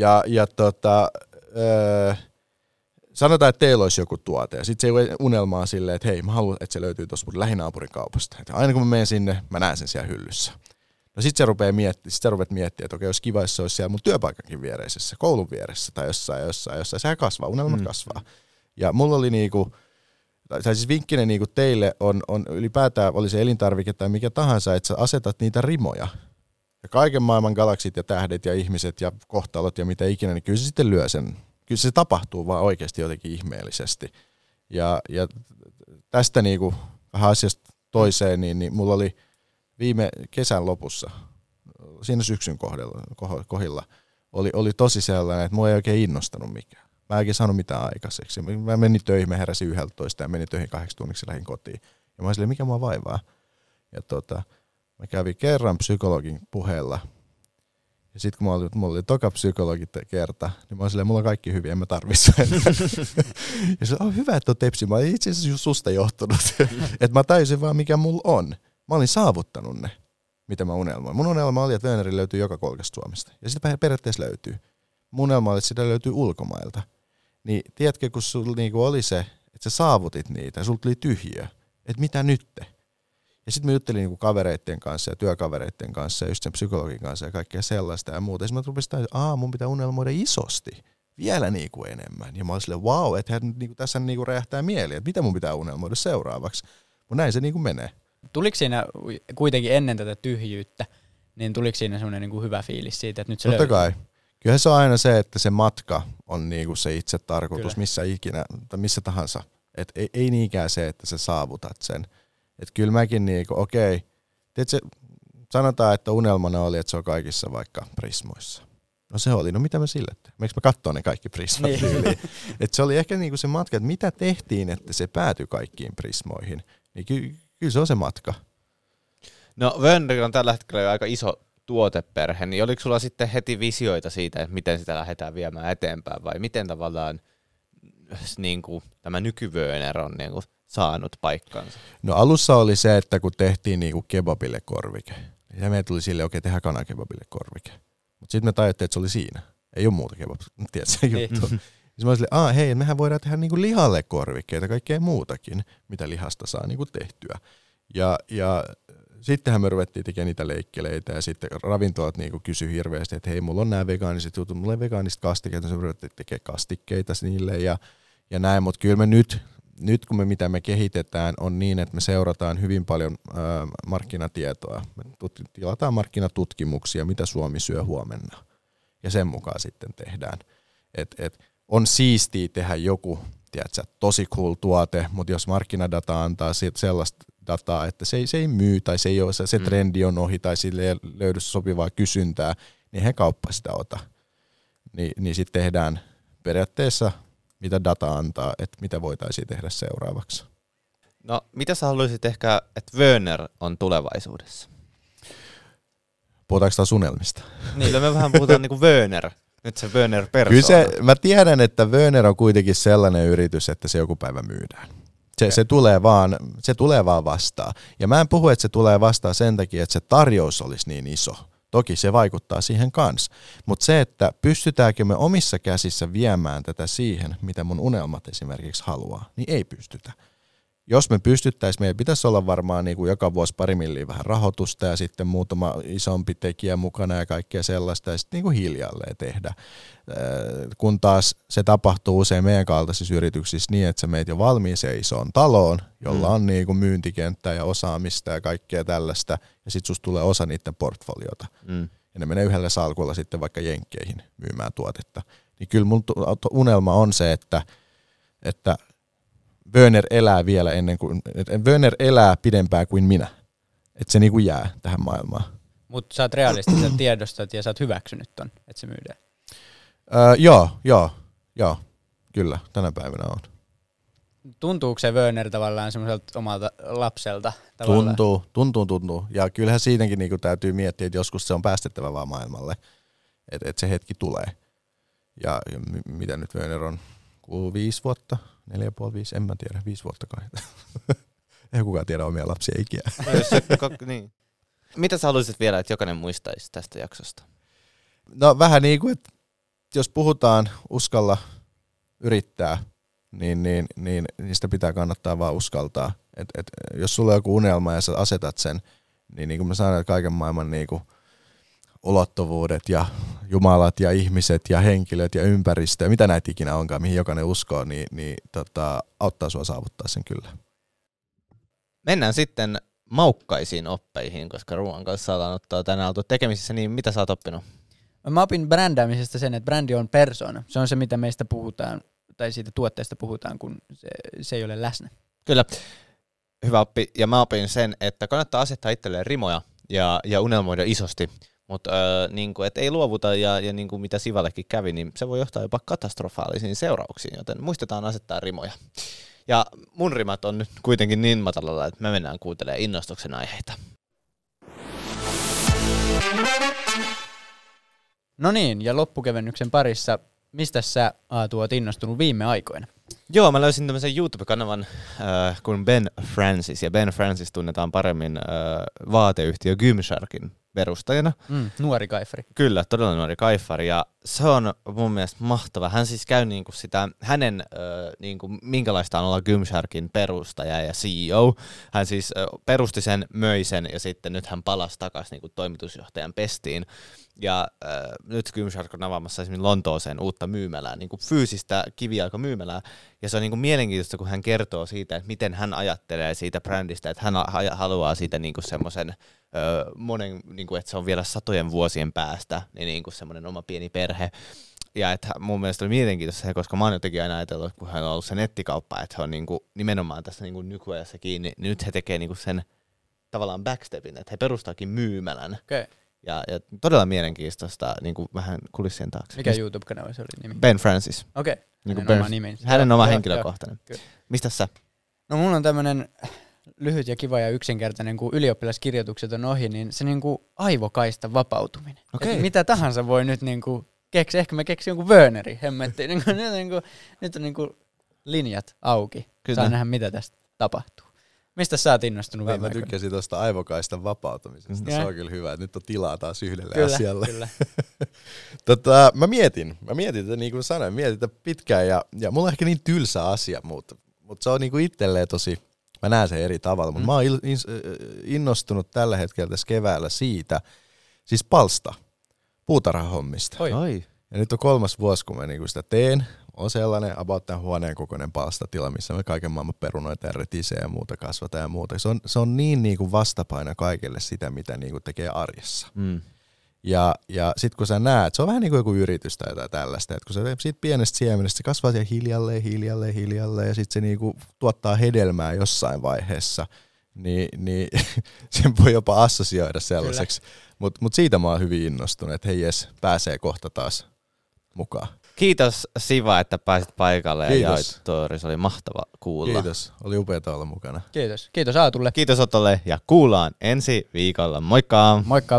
Sanotaan, että teillä olisi joku tuote, ja sitten se ei unelmaa silleen, että hei, mä haluan, että se löytyy tuossa mun lähinaapurin kaupasta. Että aina kun mä menen sinne, mä näen sen siellä hyllyssä. No sit sä rupeat miettimään, että okei, jos kiva, jos se olisi siellä mun työpaikankin viereisessä, koulun vieressä tai jossain. Sehän kasvaa, unelmat kasvaa. Ja mulla oli niinku, tai siis vinkkinen niinku teille on ylipäätään, oli se elintarvike tai mikä tahansa, että sä asetat niitä rimoja. Ja kaiken maailman galaksit ja tähdet ja ihmiset ja kohtalot ja mitä ikinä, niin kyllä se sitten lyö sen. Kyllä se tapahtuu vaan oikeasti jotenkin ihmeellisesti. Ja tästä niinku vähän asiasta toiseen, niin mulla oli viime kesän lopussa, siinä syksyn kohdilla, oli tosi sellainen, että mua ei oikein innostanut mikään. Mä en oikein saanut mitään aikaiseksi. Mä menin töihin, mä heräsin 11 ja menin töihin 8 tunniksi ja lähdin kotiin. Ja mä olin silleen, mikä mua vaivaa. Ja mä kävin kerran psykologin puheella. Ja sit kun mulla oli toka psykologit kerta, niin mä olin silleen, mulla on kaikki hyvin, en mä tarvitse. Ja se on hyvä, että on tepsi. Mä olin itse asiassa susta johtunut. Että mä tajusin vaan, mikä mulla on. Mä olin saavuttanut ne, mitä mä unelmoin. Mun unelma oli, että Werneri löytyy joka kolkasta Suomesta. Ja sitä periaatteessa löytyy. Mun unelma oli, että sitä löytyy ulkomailta. Niin tiedätkö, kun sulla niinku oli se, että sä saavutit niitä ja sulla tuli tyhjiö. Että mitä nytte? Ja sitten mä juttelin niinku kavereitten kanssa ja työkavereitten kanssa ja just sen psykologin kanssa ja kaikkea sellaista ja muuta. Ja sitten mä rupesin, että mun pitää unelmoida isosti. Vielä niinku enemmän. Ja mä olin silleen, wow, että niinku, tässä niinku räjähtää mieli, että mitä mun pitää unelmoida seuraavaksi. Mutta näin se niinku menee. Tuliko siinä kuitenkin ennen tätä tyhjyyttä, niin tuliko siinä semmoinen niinku hyvä fiilis siitä, että nyt se löytyy? Totta kai. Kyllähän se on aina se, että se matka on niinku se itse tarkoitus missä ikinä tai missä tahansa. Et ei niinkään se, että sä saavutat sen. Et kyllä mäkin niinku, sanotaan, että unelmana oli, että se on kaikissa vaikka Prismoissa. No se oli, no mitä mä sille tein? Miksi mä katsoin ne kaikki Prismat tyyliin? Että se oli ehkä niinku se matka, että mitä tehtiin, että se päätyi kaikkiin Prismoihin. Niin kyllä se on se matka. No Werneri on tällä hetkellä aika iso tuoteperhe, niin oliko sulla sitten heti visioita siitä, että miten sitä lähdetään viemään eteenpäin, vai miten tavallaan niin kuin, tämä nyky-Werner on niin kuin, saanut paikkansa? No alussa oli se, että kun tehtiin niin kuin kebabille korvike, ja meille tuli silleen, okei, tehdään kanakebabille korvike. Mutta sitten me tajuttiin, että se oli siinä. Ei ole muuta kebab, tiedät se juttu. Sitten mä olin silleen, hei, mehän voidaan tehdä niinku lihalle korvikkeita, kaikkea muutakin, mitä lihasta saa niinku tehtyä. Ja sittenhän me ruvettiin tekemään niitä leikkeleitä ja sitten ravintolat niinku kysyi hirveästi, että hei, mulla on nämä vegaaniset jutut, mulla on vegaaniset kastikkeita, se ruvettiin tekemään kastikkeita niille ja näin, mutta kyllä me nyt kun mitä me kehitetään on niin, että me seurataan hyvin paljon markkinatietoa. Me tilataan markkinatutkimuksia, mitä Suomi syö huomenna ja sen mukaan sitten tehdään. On siistiä tehdä joku, tiedätkö, tosi cool tuote, mutta jos markkinadata antaa sellaista dataa, että se ei myy tai se ei ole, se trendi on ohi tai sille ei löydy sopivaa kysyntää, niin he kauppa sitä ota. Niin sitten tehdään periaatteessa, mitä data antaa, että mitä voitaisiin tehdä seuraavaksi. No, mitä sä haluaisit ehkä, että Werner on tulevaisuudessa? Puhutaanko taas unelmista? Niin, me vähän puhutaan niinku Werner. Nyt se Werner-persoona. Kyllä mä tiedän, että Werner on kuitenkin sellainen yritys, että se joku päivä myydään. Se tulee vaan vastaan. Ja mä en puhu, että se tulee vastaan sen takia, että se tarjous olisi niin iso. Toki se vaikuttaa siihen kanssa. Mutta se, että pystytäänkö me omissa käsissä viemään tätä siihen, mitä mun unelmat esimerkiksi haluaa, niin ei pystytä. jos me pystyttäisiin, meidän pitäisi olla varmaan niin kuin joka vuosi pari milliä vähän rahoitusta ja sitten muutama isompi tekijä mukana ja kaikkea sellaista ja sitten niin kuin hiljalleen tehdä. Kun taas se tapahtuu usein meidän kaltaisissa yrityksissä niin, että sä meet jo valmiiseen isoon taloon, jolla on niin kuin myyntikenttää ja osaamista ja kaikkea tällaista ja sitten susta tulee osa niiden portfoliota. Ja ne menee yhdellä salkulla sitten vaikka jenkkeihin myymään tuotetta. Niin kyllä mun unelma on se, että Werner elää vielä Werner elää pidempään kuin minä. Että se niinku jää tähän maailmaan. Mutta sä oot realistisen tiedostat ja sä oot hyväksynyt ton, että se myydään. Joo, kyllä, tänä päivänä on. Tuntuuko se Werner tavallaan semmoiselta omalta lapselta? Tavallaan? Tuntuu. Ja kyllähän siitäkin niinku täytyy miettiä, että joskus se on päästettävä vaan maailmalle. Että se hetki tulee. Ja mitä nyt Werner on? 5 vuotta? 4,5, en mä tiedä. 5 vuotta kai. Ei kukaan tiedä omia lapsia ikiä. Niin. Mitä sä haluaisit vielä, että jokainen muistaisi tästä jaksosta? No vähän niin kuin, että jos puhutaan uskalla yrittää, niin niistä pitää kannattaa vaan uskaltaa. Et jos sulla on joku unelma ja sä asetat sen, niin kuin mä sanon, että kaiken maailman niin kuin ulottuvuudet ja jumalat ja ihmiset ja henkilöt ja ympäristö ja mitä näitä ikinä onkaan, mihin jokainen uskoo, niin auttaa sua saavuttaa sen kyllä. Mennään sitten maukkaisiin oppeihin, koska ruoan kanssa ollaan ottaa tänään oltu tekemisissä, niin mitä sä oot oppinut? Mä opin brändäämisestä sen, että brändi on persona. Se on se, mitä meistä puhutaan, tai siitä tuotteesta puhutaan, kun se ei ole läsnä. Kyllä, hyvä oppi. Ja mä opin sen, että kannattaa asettaa itselleen rimoja ja unelmoida isosti. Mutta niin et ei luovuta ja niin kuin mitä Sivallekin kävi, niin se voi johtaa jopa katastrofaalisiin seurauksiin, joten muistetaan asettaa rimoja. Ja mun rimat on nyt kuitenkin niin matalalla, että me mennään kuuntelemaan innostuksen aiheita. No niin, ja loppukevennyksen parissa, mistä sä, Aatu, oot innostunut viime aikoina? Joo, mä löysin tämmöisen YouTube-kanavan kuin Ben Francis, ja Ben Francis tunnetaan paremmin vaateyhtiö Gymsharkin perustajana. Nuori kaifari. Kyllä, todella nuori kaifari, ja se on mun mielestä mahtava. Hän siis käy niinku sitä, hänen niinku, minkälaista on olla Gymsharkin perustaja ja CEO. Hän siis perusti sen, möi sen, ja sitten nyt hän palasi takaisin niinku toimitusjohtajan pestiin. Ja nyt Gymshark on avaamassa esimerkiksi Lontooseen uutta myymälää, niinku fyysistä kivijalkamyymälää. Ja se on niinku mielenkiintoista, kun hän kertoo siitä, että miten hän ajattelee siitä brändistä, että hän haluaa siitä niinku semmoisen monen, niinku, että se on vielä satojen vuosien päästä, niin niinku semmoinen oma pieni perhe. Ja että mun mielestä oli mielenkiintoista, koska mä oon jotenkin aina ajatellut, kun hän on ollut se nettikauppa, että he on niinku, nimenomaan tässä niinku nykyajassa kiinni, niin nyt he tekee niinku sen tavallaan backstepin, että he perustaakin myymälän. Okay. Ja todella mielenkiintoista niinku vähän kulissien taakse. Mikä YouTube-kanava se oli nimi? Ben Francis. Okei, okay. Niinku hänen oma henkilökohtainen. Mistä sä? No mulla on tämmönen lyhyt ja kiva ja yksinkertainen, kun ylioppilaskirjoitukset on ohi, niin se niinku aivokaista vapautuminen. Okay. Mitä tahansa voi nyt niinku keksiä. Ehkä mä keksin jonkun Wernerin hemmettiin. Nyt on niinku linjat auki. Kyllä. Saa nähdä, mitä tästä tapahtuu. Mistä sä oot innostunut viime aikoina? Mä tykkäsin tuosta aivokaistan vapautumisesta. Se on kyllä hyvä, että nyt on tilaa taas yhdelle asialle. Kyllä. Mä mietin, että niin kuin sanoin, mietin pitkään ja mulla on ehkä niin tylsä asia, mutta se on niin kuin itselleen tosi, mä näen sen eri tavalla, mutta mä oon innostunut tällä hetkellä tässä keväällä siitä, siis palsta, puutarhahommista. Oi. Ja nyt on 3. vuosi, kun mä niinku sitä teen. On sellainen about tämän huoneen kokoinen palstatila, missä me kaiken maailman perunoita ja retisee ja muuta kasvataan ja muuta. Se on niin niinku vastapaino kaikelle sitä, mitä niinku tekee arjessa. Ja sit kun sä näet, se on vähän niin kuin joku yritys tai jotain tällaista, että kun sä siitä pienestä siemenestä, se kasvaa siellä hiljalleen ja sit se niinku tuottaa hedelmää jossain vaiheessa, niin sen voi jopa assosioida sellaiseksi. Mut siitä mä oon hyvin innostunut, että hei jes, pääsee kohta taas mukaan. Kiitos Siva, että pääsit paikalle. Kiitos. Ja jaoit tuori, se oli mahtava kuulla. Kiitos, oli upeata olla mukana. Kiitos Aatulle. Kiitos Otolle ja kuullaan ensi viikolla. Moikka! Moikka!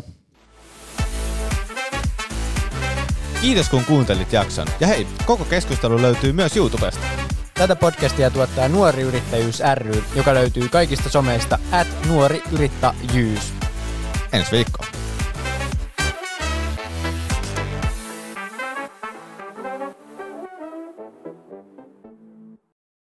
Kiitos kun kuuntelit jakson. Ja hei, koko keskustelu löytyy myös YouTubesta. Tätä podcastia tuottaa Nuori Yrittäjyys ry, joka löytyy kaikista someista @nuoriyrittäjyys. Ensi viikkoon.